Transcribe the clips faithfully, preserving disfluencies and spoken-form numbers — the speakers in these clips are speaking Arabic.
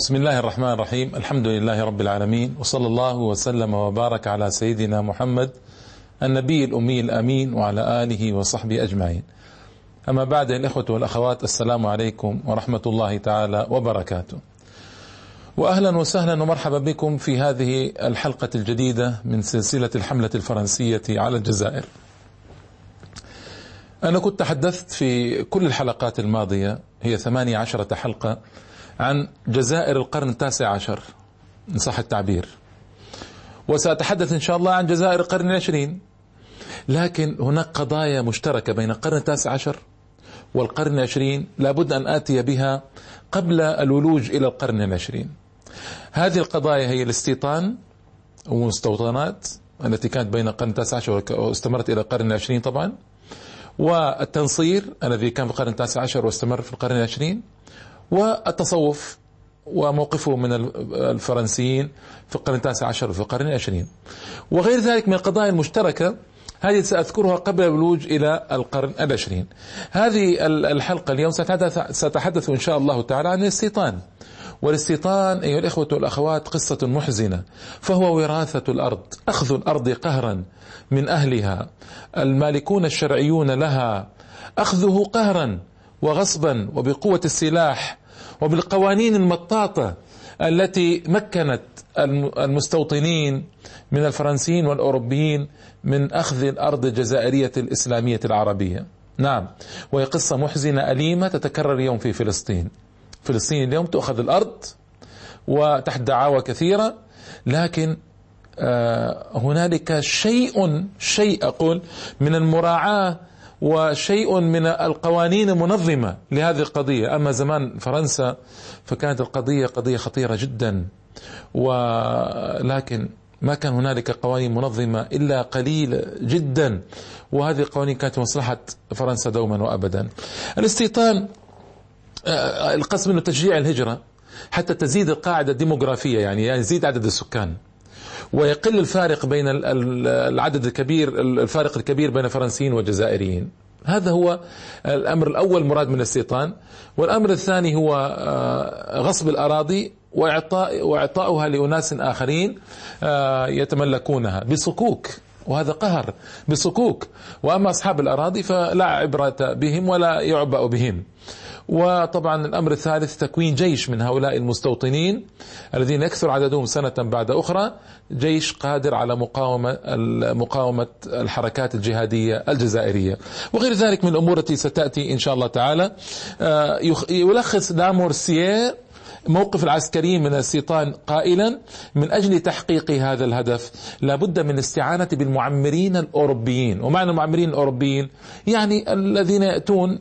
بسم الله الرحمن الرحيم. الحمد لله رب العالمين، وصلى الله وسلم وبارك على سيدنا محمد النبي الأمي الأمين وعلى آله وصحبه أجمعين. أما بعد، الإخوة والأخوات، السلام عليكم ورحمة الله تعالى وبركاته، وأهلا وسهلا ومرحبا بكم في هذه الحلقة الجديدة من سلسلة الحملة الفرنسية على الجزائر. أنا كنت تحدثت في كل الحلقات الماضية، هي ثمانية عشرة حلقة، عن جزائر القرن التاسع عشر إن صح التعبير، وسأتحدث إن شاء الله عن جزائر القرن العشرين. لكن هناك قضايا مشتركة بين القرن التاسع عشر والقرن العشرين لابد أن آتي بها قبل الولوج إلى القرن العشرين. هذه القضايا هي الاستيطان والمستوطنات التي كانت بين القرن التاسع عشر واستمرت إلى القرن العشرين طبعا، والتنصير الذي كان في القرن التاسع عشر واستمر في القرن العشرين، والتصوف وموقفه من الفرنسيين في القرن التاسع عشر وفي القرن العشرين، وغير ذلك من القضايا المشتركة. هذه سأذكرها قبل الولوج إلى القرن العشرين. هذه الحلقة اليوم سأتحدث إن شاء الله تعالى عن الاستيطان. والاستيطان أيها الإخوة والأخوات قصة محزنة، فهو وراثة الأرض، أخذ الأرض قهرا من أهلها المالكون الشرعيون لها، أخذه قهرا وغصبا وبقوة السلاح وبالقوانين المطاطة التي مكنت المستوطنين من الفرنسيين والأوروبيين من أخذ الأرض الجزائرية الإسلامية العربية. نعم، وهي قصة محزنة أليمة تتكرر اليوم في فلسطين. فلسطين اليوم تأخذ الأرض وتحت دعاوى كثيرة، لكن هنالك شيء شيء أقول من المراعاة وشيء من القوانين المنظمة لهذه القضية. أما زمان فرنسا فكانت القضية قضية خطيرة جدا، ولكن ما كان هنالك قوانين منظمة إلا قليل جدا، وهذه القوانين كانت مصلحة فرنسا دوما وأبدا. الاستيطان القصد منه تشجيع الهجرة حتى تزيد القاعدة الديموغرافية، يعني يزيد عدد السكان ويقل الفارق بين العدد الكبير الفارق الكبير بين فرنسيين وجزائريين. هذا هو الأمر الأول مراد من الاستيطان. والأمر الثاني هو غصب الأراضي وإعطاء وإعطاؤها لأناس آخرين يتملكونها بصكوك، وهذا قهر بصكوك. وأما أصحاب الأراضي فلا عبرة بهم ولا يعبأ بهم. وطبعا الأمر الثالث تكوين جيش من هؤلاء المستوطنين الذين يكثر عددهم سنة بعد أخرى، جيش قادر على مقاومة مقاومة الحركات الجهادية الجزائرية وغير ذلك من الأمور التي ستأتي إن شاء الله تعالى. يلخص لامورسيير موقف العسكريين من الاستيطان قائلا: من أجل تحقيق هذا الهدف لابد من الاستعانة بالمعمرين الأوروبيين. ومعنى المعمرين الأوروبيين يعني الذين يأتون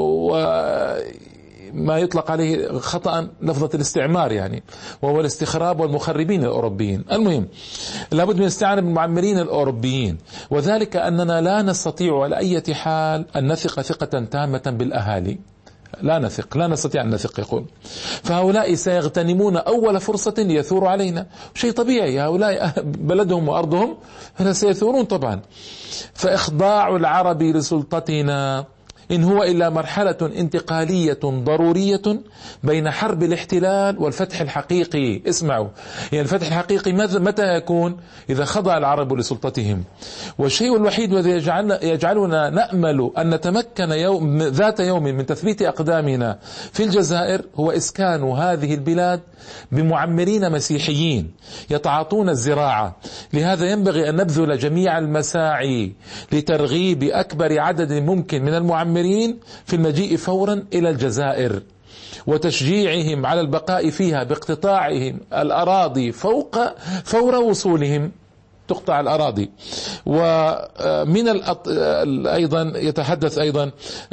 وما يطلق عليه خطأ لفظة الاستعمار، يعني وهو الاستخراب والمخربين الأوروبيين. المهم لابد من الاستعانة بالمعمرين الأوروبيين، وذلك أننا لا نستطيع على أي حال أن نثق ثقة تامة بالأهالي. لا نثق لا نستطيع أن نثق يقول. فهؤلاء سيغتنمون أول فرصة ليثوروا علينا، شيء طبيعي، هؤلاء بلدهم وأرضهم فسيثورون طبعا. فإخضاع العرب لسلطتنا إن هو إلا مرحلة انتقالية ضرورية بين حرب الاحتلال والفتح الحقيقي. اسمعوا، يعني الفتح الحقيقي متى يكون؟ إذا خضع العرب لسلطتهم. والشيء الوحيد الذي يجعل يجعلنا نأمل أن نتمكن يوم ذات يوم من تثبيت أقدامنا في الجزائر هو إسكان هذه البلاد بمعمرين مسيحيين يتعاطون الزراعة. لهذا ينبغي أن نبذل جميع المساعي لترغيب أكبر عدد ممكن من المعمرين في المجيء فورا إلى الجزائر وتشجيعهم على البقاء فيها باقتطاعهم الأراضي فوق فور وصولهم. تقطع الأراضي. ومن الأط... أيضا يتحدث أيضا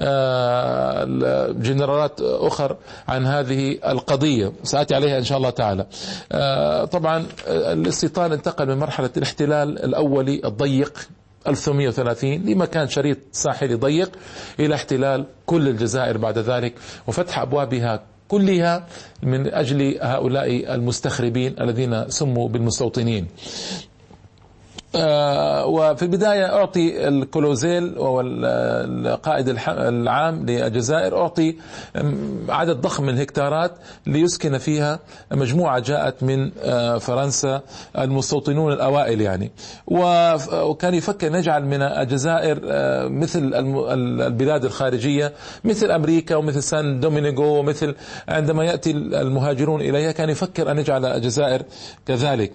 جنرالات أخر عن هذه القضية، سأتي عليها إن شاء الله تعالى. طبعا الاستيطان انتقل من مرحلة الاحتلال الأولي الضيق ألف وثمانمئة وثلاثين لمكان شريط ساحلي ضيق إلى احتلال كل الجزائر بعد ذلك وفتح أبوابها كلها من أجل هؤلاء المستخربين الذين سموا بالمستوطنين. وفي البداية أعطي الكولوزيل وهو القائد العام للجزائر أعطي عدد ضخم من الهكتارات ليسكن فيها مجموعة جاءت من فرنسا، المستوطنون الأوائل يعني. وكان يفكر نجعل من الجزائر مثل البلاد الخارجية، مثل أمريكا ومثل سان دومينيغو، ومثل عندما يأتي المهاجرون إليها كان يفكر أن يجعل الجزائر كذلك.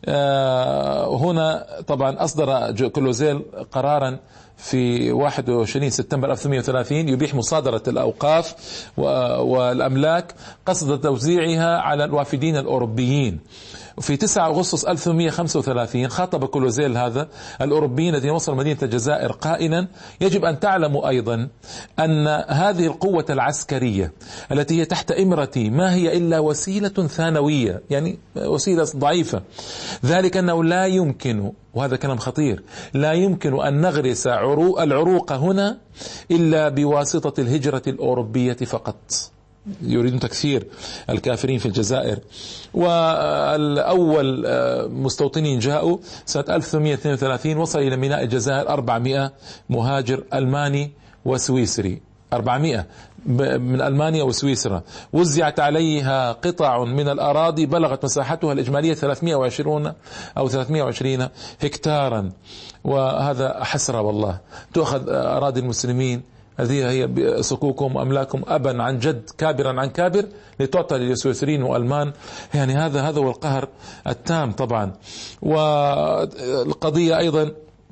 هنا طبعا أصدر كولوزيل قرارا في واحد وعشرين سبتمبر ألف وثمانمئة وثلاثين يبيح مصادرة الأوقاف والأملاك قصد توزيعها على الوافدين الأوروبيين. وفي تسعة أغسطس ألف وثمانمئة وخمسة وثلاثين خاطب كولوزيل هذا الأوروبيين الذين وصلوا مدينة الجزائر قائلا: يجب أن تعلموا أيضا أن هذه القوة العسكرية التي هي تحت إمرتي ما هي إلا وسيلة ثانوية، يعني وسيلة ضعيفة، ذلك أنه لا يمكن، وهذا كلام خطير، لا يمكن أن نغرس عروق العروق هنا إلا بواسطة الهجرة الأوروبية فقط. يريدون تكثير الكافرين في الجزائر. والأول مستوطنين جاءوا سنة ألف وثمانمئة واثنين وثلاثين وصل إلى ميناء الجزائر أربعمئة مهاجر ألماني وسويسري، أربعمئة من ألمانيا وسويسرا. وزعت عليها قطع من الأراضي بلغت مساحتها الإجمالية ثلاثمئة وعشرين أو ثلاثمئة وعشرين هكتارا. وهذا حسرة والله، تأخذ أراضي المسلمين هذه هي صكوكم وأملاكم أبا عن جد كابرا عن كابر لتعطى للسويسريين والألمان. يعني هذا هذا هو القهر التام طبعا. والقضية أيضا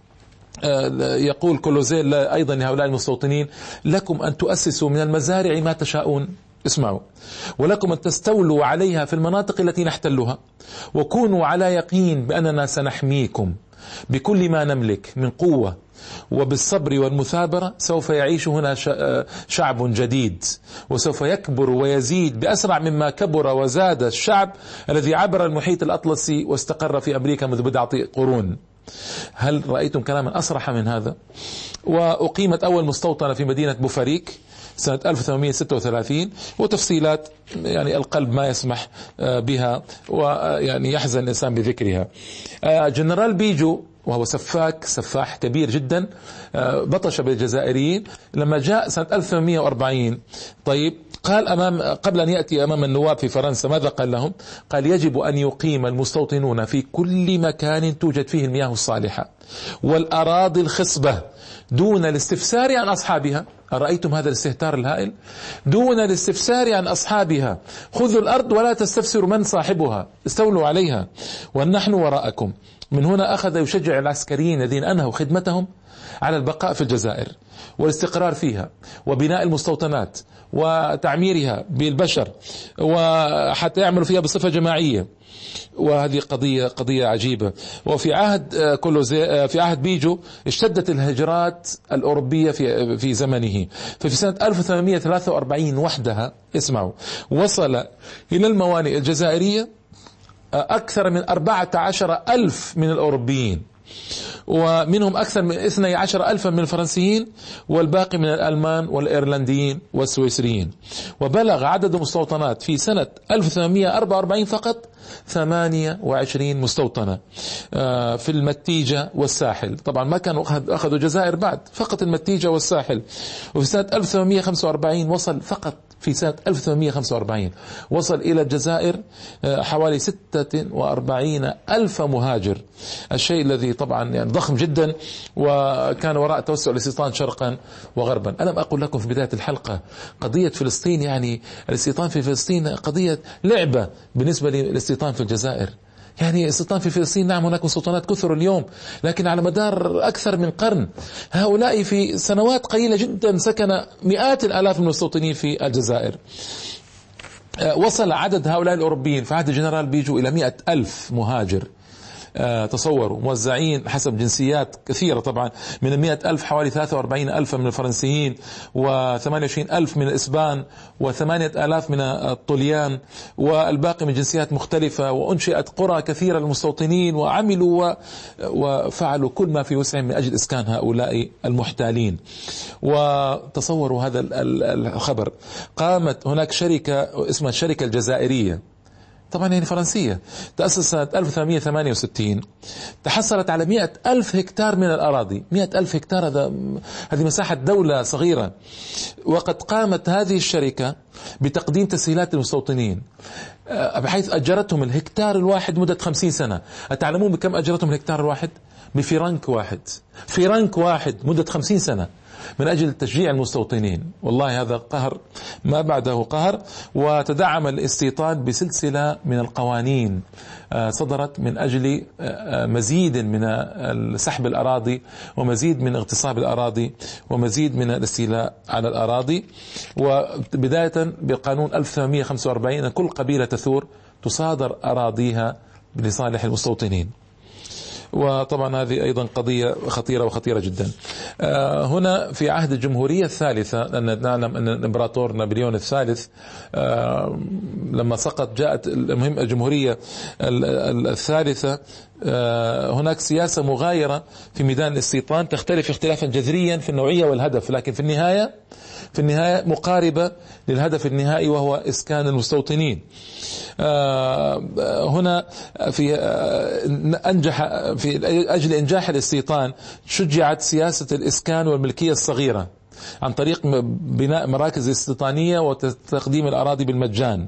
يقول كولوزيل أيضا لهؤلاء المستوطنين: لكم أن تؤسسوا من المزارع ما تشاءون، اسمعوا، ولكم أن تستولوا عليها في المناطق التي نحتلها، وكونوا على يقين بأننا سنحميكم بكل ما نملك من قوة، وبالصبر والمثابرة سوف يعيش هنا شعب جديد، وسوف يكبر ويزيد بأسرع مما كبر وزاد الشعب الذي عبر المحيط الأطلسي واستقر في أمريكا منذ بضعة قرون. هل رأيتم كلاما أصرح من هذا؟ وأقيمت أول مستوطنة في مدينة بوفاريك سنة ألف وثمانمئة وستة وثلاثين، وتفصيلات يعني القلب ما يسمح بها ويعني يحزن الإنسان بذكرها. جنرال بيجو وهو سفاك سفاح كبير جدا بطش بالجزائريين لما جاء سنة ألف وثمانمئة وأربعين. طيب قال أمام قبل أن يأتي أمام النواب في فرنسا ماذا قال لهم؟ قال: يجب أن يقيم المستوطنون في كل مكان توجد فيه المياه الصالحة والأراضي الخصبة دون الاستفسار عن أصحابها. أرأيتم هذا الاستهتار الهائل؟ دون الاستفسار عن أصحابها، خذوا الأرض ولا تستفسروا من صاحبها، استولوا عليها ونحن وراءكم. من هنا أخذ يشجع العسكريين الذين أنهوا خدمتهم على البقاء في الجزائر والاستقرار فيها وبناء المستوطنات وتعميرها بالبشر وحتى يعملوا فيها بصفة جماعية. وهذه قضية قضية عجيبة. وفي عهد كولوزي في عهد بيجو اشتدت الهجرات الأوروبية في في زمنه. ففي سنة ألف وثمانمئة وثلاثة وأربعين وحدها، اسمعوا، وصل إلى الموانئ الجزائرية أكثر من أربعة عشر ألف من الأوروبيين، ومنهم أكثر من اثني عشر ألفا من الفرنسيين، والباقي من الألمان والإيرلنديين والسويسريين. وبلغ عدد المستوطنات في سنة ألف وثمانمئة وأربعة وأربعين فقط ثمانية وعشرين مستوطنة في المتيجة والساحل. طبعا ما كانوا أخذوا الجزائر بعد، فقط المتيجة والساحل. وفي سنة ألف وثمانمئة وخمسة وأربعين وصل فقط في سنة ألف وثمانمئة وخمسة وأربعين وصل إلى الجزائر حوالي ستة وأربعين ألف مهاجر، الشيء الذي طبعا يعني ضخم جدا، وكان وراء توسع الاستيطان شرقا وغربا. ألم أقول لكم في بداية الحلقة قضية فلسطين، يعني الاستيطان في فلسطين قضية لعبة بالنسبة للاستيطان في الجزائر. يعني استيطان في فلسطين، نعم هناك مستوطنات كثر اليوم، لكن على مدار أكثر من قرن هؤلاء في سنوات قليلة جدا سكن مئات الآلاف من المستوطنين في الجزائر. وصل عدد هؤلاء الأوروبيين في عهد الجنرال بيجو إلى مئة ألف مهاجر. تصوروا، موزعين حسب جنسيات كثيرة طبعا، من المئة ألف حوالي ثلاثة وأربعين ألف من الفرنسيين، وثمانية وعشرين ألف من الإسبان، وثمانية آلاف من الطليان، والباقي من جنسيات مختلفة. وأنشئت قرى كثيرة للمستوطنين، وعملوا وفعلوا كل ما في وسعهم من أجل إسكان هؤلاء المحتالين. وتصوروا هذا الخبر، قامت هناك شركة اسمها الشركة الجزائرية طبعا يعني فرنسية، تأسست سنة ألف وثمانمئة وثمانية وستين، تحصلت على مئة ألف هكتار من الأراضي. مئة ألف هكتار هذا هذه مساحة دولة صغيرة. وقد قامت هذه الشركة بتقديم تسهيلات للمستوطنين بحيث أجرتهم الهكتار الواحد مدة خمسين سنة. أتعلمون بكم أجرتهم الهكتار الواحد؟ بفرنك واحد، فرنك واحد مدة خمسين سنة من أجل تشجيع المستوطنين. والله هذا قهر ما بعده قهر. وتدعم الاستيطان بسلسلة من القوانين صدرت من أجل مزيد من سحب الأراضي ومزيد من اغتصاب الأراضي ومزيد من الاستيلاء على الأراضي. وبداية بقانون ألف وثمانمئة وخمسة وأربعين كل قبيلة تثور تصادر أراضيها لصالح المستوطنين. وطبعا هذه أيضا قضية خطيرة وخطيرة جدا. هنا في عهد الجمهورية الثالثة، لأن نعلم أن الإمبراطور نابليون الثالث لما سقط جاءت المهم الجمهورية الثالثة، هناك سياسة مغايرة في ميدان الاستيطان تختلف اختلافا جذريا في النوعية والهدف، لكن في النهاية في النهاية مقاربة للهدف النهائي وهو إسكان المستوطنين. هنا في أنجح في أجل إنجاح الاستيطان شجعت سياسة الإسكان والملكية الصغيرة عن طريق بناء مراكز استيطانية وتقديم الأراضي بالمجان.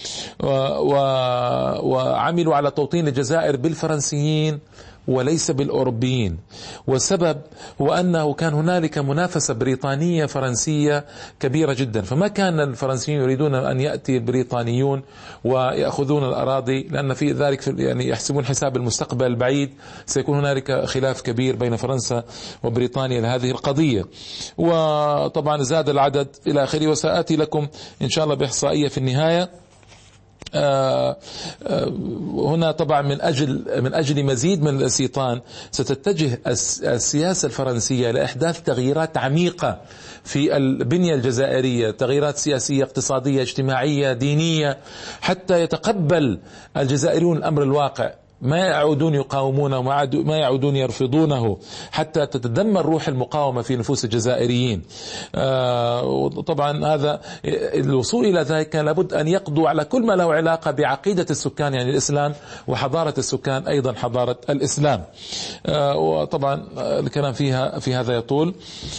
وعملوا على توطين الجزائر بالفرنسيين وليس بالأوروبيين. والسبب هو أنه كان هنالك منافسة بريطانية فرنسية كبيرة جدا، فما كان الفرنسيين يريدون أن يأتي البريطانيون ويأخذون الأراضي، لأن في ذلك يعني يحسبون حساب المستقبل البعيد سيكون هنالك خلاف كبير بين فرنسا وبريطانيا لهذه القضية. وطبعا زاد العدد إلى آخره، وسآتي لكم إن شاء الله بإحصائية في النهاية. آه آه هنا طبعا من أجل من أجل مزيد من الاستيطان ستتجه السياسة الفرنسية لإحداث تغييرات عميقة في البنية الجزائرية، تغييرات سياسية اقتصادية اجتماعية دينية، حتى يتقبل الجزائريون الأمر الواقع، ما يعودون يقاومونه وما يعودون يرفضونه، حتى تتدمر روح المقاومة في نفوس الجزائريين. وطبعا هذا الوصول إلى ذلك كان لابد أن يقضوا على كل ما له علاقة بعقيدة السكان يعني الإسلام، وحضارة السكان أيضا حضارة الإسلام. وطبعا الكلام فيها في هذا يطول.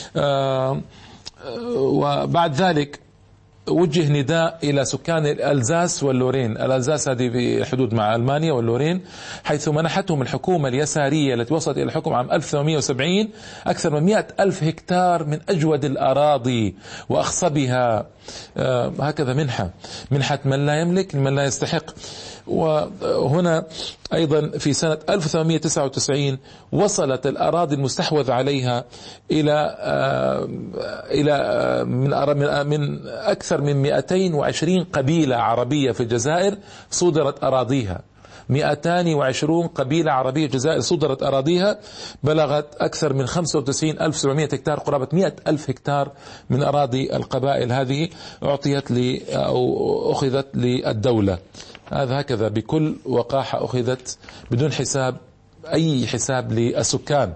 وبعد ذلك وجه نداء إلى سكان الألزاس واللورين. الألزاس هذه في حدود مع ألمانيا، واللورين حيث منحتهم الحكومة اليسارية التي وصلت إلى الحكم عام ألف وثمانمئة وسبعين أكثر من مئة ألف هكتار من أجود الأراضي وأخصبها. آه هكذا منحة منحة من لا يملك لمن لا يستحق. وهنا أيضا في سنة ألف وثمانمئة وتسعة وتسعين وصلت الأراضي المستحوذ عليها إلى آه إلى آه من من أكثر من مئتين وعشرين قبيلة عربية في الجزائر صدرت أراضيها. مئتين وعشرين قبيلة عربية في الجزائر صدرت أراضيها، بلغت أكثر من خمسة وتسعين ألف وسبعمئة هكتار، قرابة مئة ألف هكتار من أراضي القبائل هذه أعطيت لي أو أخذت للدولة. هذا هكذا بكل وقاحة أخذت بدون حساب أي حساب للسكان.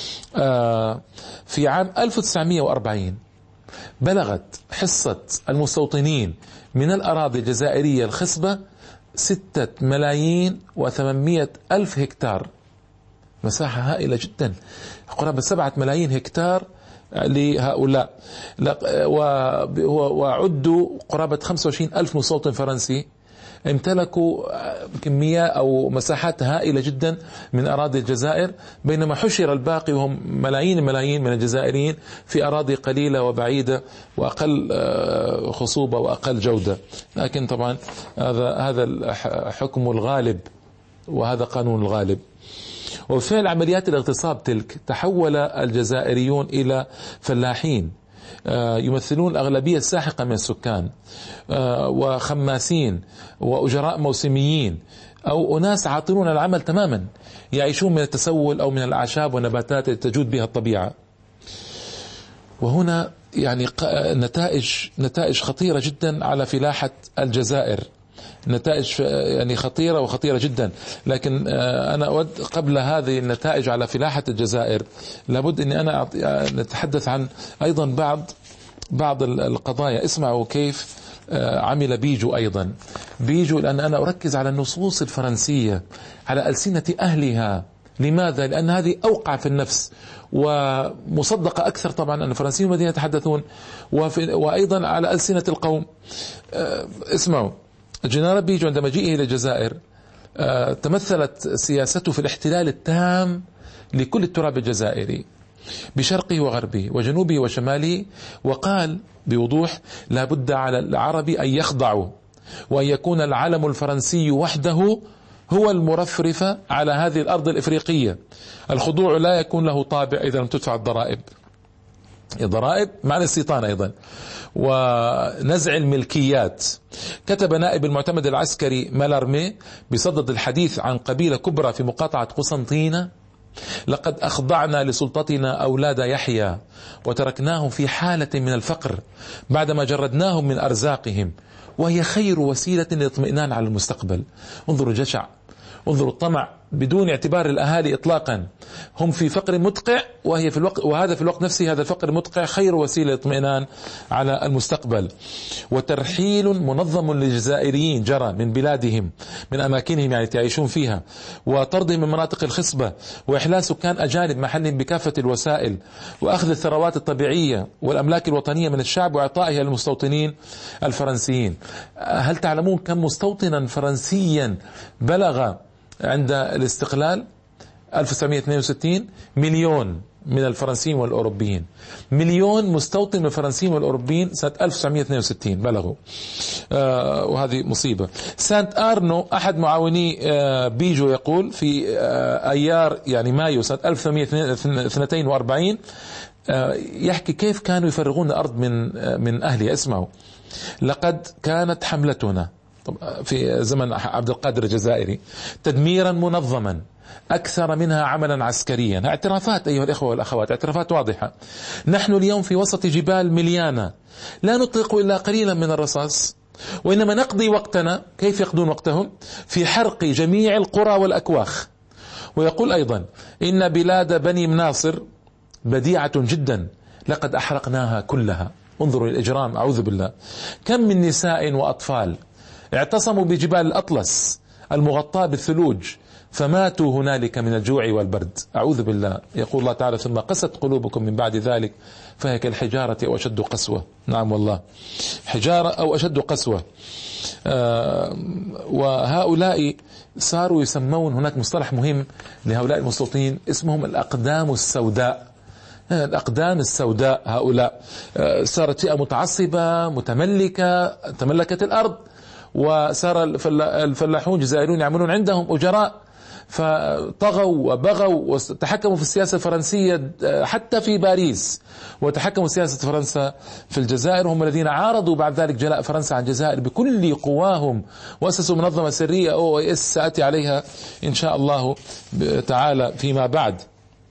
في عام ألف وتسعمئة وأربعين بلغت حصة المستوطنين من الأراضي الجزائرية الخصبة ستة ملايين وثمانمئة ألف هكتار، مساحة هائلة جدا، قرابة سبعة ملايين هكتار لهؤلاء. وعدوا قرابة خمسة وعشرين ألف مستوطن فرنسي امتلكوا كمية أو مساحات هائلة جدا من أراضي الجزائر، بينما حشر الباقي وهم ملايين الملايين من الجزائريين في أراضي قليلة وبعيدة وأقل خصوبة وأقل جودة. لكن طبعا هذا هذا الحكم الغالب وهذا قانون الغالب. وفعل عمليات الاغتصاب تلك تحول الجزائريون إلى فلاحين يمثلون الأغلبية الساحقة من السكان، وخماسين وأجراء موسميين أو أناس عاطلون العمل تماما، يعيشون من التسول أو من الأعشاب والنباتات التي تجود بها الطبيعة. وهنا يعني نتائج نتائج خطيرة جدا على فلاحة الجزائر، نتائج يعني خطيرة وخطيرة جدا. لكن أنا أود قبل هذه النتائج على فلاحة الجزائر لابد أني أنا نتحدث عن أيضا بعض بعض القضايا. اسمعوا كيف عمل بيجو أيضا. بيجو لأن أنا أركز على النصوص الفرنسية على ألسنة أهلها. لماذا؟ لأن هذه أوقع في النفس ومصدقة أكثر طبعا أن الفرنسيين الذين يتحدثون، وأيضا على ألسنة القوم. اسمعوا، جنرال بيجو عند مجيئه إلى الجزائر تمثلت سياسته في الاحتلال التام لكل التراب الجزائري بشرقه وغربه وجنوبه وشماله، وقال بوضوح: لا بد على العرب أن يخضعوا وأن يكون العلم الفرنسي وحده هو المرفرف على هذه الأرض الإفريقية. الخضوع لا يكون له طابع إذا لم تدفع الضرائب. الضرائب معنى الاستيطان أيضا ونزع الملكيات. كتب نائب المعتمد العسكري مالارمي بصدد الحديث عن قبيلة كبرى في مقاطعة قسنطينة: لقد أخضعنا لسلطتنا أولاد يحيى وتركناهم في حالة من الفقر بعدما جردناهم من أرزاقهم، وهي خير وسيلة للاطمئنان على المستقبل. انظروا الجشع، انظروا الطمع بدون اعتبار الأهالي إطلاقا. هم في فقر مدقع، وهي في الوقت وهذا في الوقت نفسه هذا الفقر المدقع خير وسيلة للاطمئنان على المستقبل. وترحيل منظم للجزائريين جرى من بلادهم من أماكنهم يعني تعيشون فيها، وطردهم من مناطق الخصبة، وإحلال سكان أجانب محلهم بكافة الوسائل، وأخذ الثروات الطبيعية والأملاك الوطنية من الشعب وإعطائها للمستوطنين الفرنسيين. هل تعلمون كم مستوطنا فرنسيا بلغ عند الاستقلال ألف وتسعمائة واثنين وستين؟ مليون من الفرنسيين والأوروبيين. مليون مستوطن من الفرنسيين والأوروبيين سنة ألف وتسعمائة واثنين وستين بلغوا. آه وهذه مصيبة. سانت آرنو أحد معاوني آه بيجو يقول في آه أيار يعني مايو سنة ألف وثمانمائة واثنين وأربعين آه يحكي كيف كانوا يفرغون الأرض من آه من أهلها. اسمعوا: لقد كانت حملتنا في زمن عبد القادر الجزائري تدميرا منظما أكثر منها عملا عسكريا. اعترافات أيها الإخوة والأخوات، اعترافات واضحة. نحن اليوم في وسط جبال مليانة، لا نطلق إلا قليلا من الرصاص، وإنما نقضي وقتنا. كيف يقضون وقتهم؟ في حرق جميع القرى والأكواخ. ويقول أيضا: إن بلاد بني مناصر بديعة جدا، لقد أحرقناها كلها. انظروا الإجرام، أعوذ بالله. كم من نساء وأطفال اعتصموا بجبال الأطلس المغطاة بالثلوج فماتوا هنالك من الجوع والبرد. أعوذ بالله. يقول الله تعالى: ثم قست قلوبكم من بعد ذلك فهي كالحجارة أو أشد قسوة. نعم والله، حجارة أو أشد قسوة. آه وهؤلاء صاروا يسمون، هناك مصطلح مهم لهؤلاء المستوطنين اسمهم الأقدام السوداء. الأقدام السوداء هؤلاء صارت فئة متعصبة متملكة، تملكت الأرض، وصار الفلاحون الجزائريون يعملون عندهم أجراء، فطغوا وبغوا وتحكموا في السياسة الفرنسية حتى في باريس، وتحكموا سياسة فرنسا في الجزائر. هم الذين عارضوا بعد ذلك جلاء فرنسا عن الجزائر بكل قواهم، وأسسوا منظمة سرية أو إس سأتي عليها إن شاء الله تعالى فيما بعد.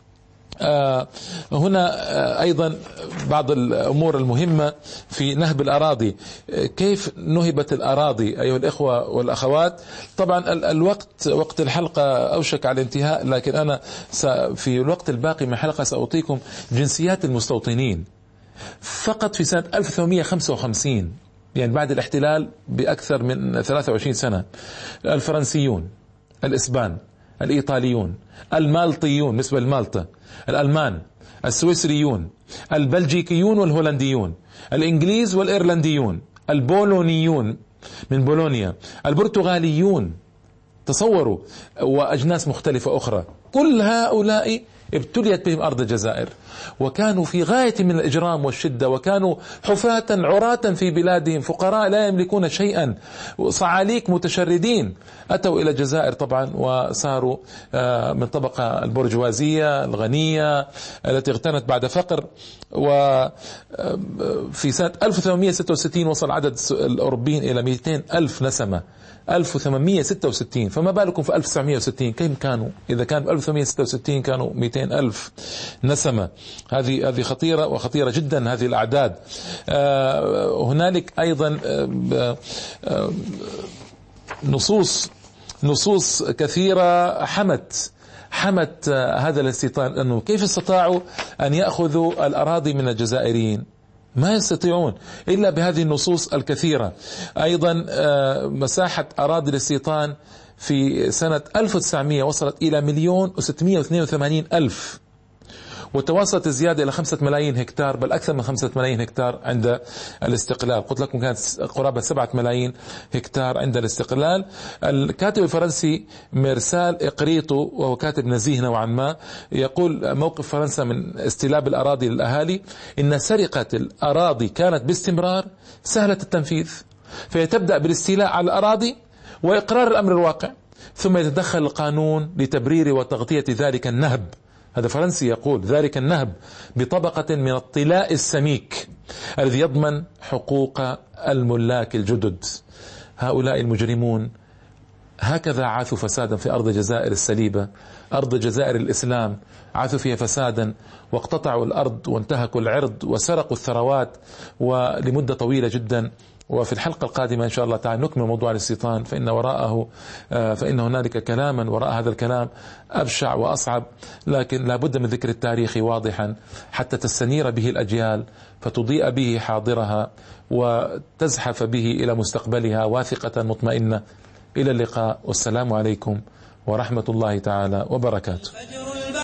آه هنا آه أيضا بعض الأمور المهمة في نهب الأراضي. آه كيف نهبت الأراضي أيها الإخوة والأخوات؟ طبعا ال الوقت وقت الحلقة أوشك على الانتهاء، لكن أنا في الوقت الباقي من الحلقة سأعطيكم جنسيات المستوطنين. فقط في سنة ألف وثمانمائة وخمسة وخمسين يعني بعد الاحتلال بأكثر من ثلاثة وعشرين سنة: الفرنسيون، الإسبان، الإيطاليون، المالطيون بالنسبة لمالطا، الألمان، السويسريون، البلجيكيون والهولنديون، الإنجليز والإيرلنديون، البولونيون من بولونيا، البرتغاليون، تصوروا، وأجناس مختلفة أخرى. كل هؤلاء ابتليت بهم أرض الجزائر، وكانوا في غاية من الإجرام والشدة، وكانوا حفاة عراة في بلادهم، فقراء لا يملكون شيئا، صعاليك متشردين. أتوا إلى الجزائر طبعا وصاروا من طبقة البرجوازية الغنية التي اغتنت بعد فقر. وفي سنة ألف وثمانمائة وستة وستين وصل عدد الأوروبيين إلى مئتين ألف نسمة. ألف وثمانمائة وستة وستين، فما بالكم في ألف وتسعمائة وستين كم كانوا؟ إذا كان في ألف وثمانمائة وستة وستين كانوا مئتين ألف نسمة. هذه هذه خطيرة وخطيرة جدا هذه الأعداد. آه هنالك أيضا آه آه نصوص نصوص كثيرة حمت حمت آه هذا الاستيطان، أنه كيف استطاعوا أن يأخذوا الأراضي من الجزائريين. ما يستطيعون إلا بهذه النصوص الكثيرة. أيضا مساحة أراضي الاستيطان في سنة ألف وتسعمئة وصلت إلى مليون وستمئة واثنين وثمانين ألف، وتواصلت الزيادة إلى خمسة ملايين هكتار، بل أكثر من خمسة ملايين هكتار عند الاستقلال. قلت لكم كانت قرابة سبعة ملايين هكتار عند الاستقلال. الكاتب الفرنسي ميرسال إقريطو، وهو كاتب نزيه نوعا ما، يقول موقف فرنسا من استلاب الأراضي للأهالي: إن سرقة الأراضي كانت باستمرار سهلة التنفيذ، فهي تبدأ بالاستيلاء على الأراضي وإقرار الأمر الواقع، ثم يتدخل القانون لتبرير وتغطية ذلك النهب. هذا فرنسي يقول: ذلك النهب بطبقة من الطلاء السميك الذي يضمن حقوق الملاك الجدد. هؤلاء المجرمون هكذا عاثوا فسادا في أرض الجزائر السليبة، أرض جزائر الإسلام، عاثوا فيها فسادا واقتطعوا الأرض وانتهكوا العرض وسرقوا الثروات ولمدة طويلة جدا. وفي الحلقة القادمة إن شاء الله تعالى نكمل موضوع الاستيطان، فإن وراءه فإن هنالك كلاما وراء هذا الكلام أبشع وأصعب، لكن لا بد من ذكر التاريخ واضحا حتى تستنير به الأجيال، فتضيء به حاضرها وتزحف به إلى مستقبلها واثقة مطمئنة. إلى اللقاء، والسلام عليكم ورحمة الله تعالى وبركاته.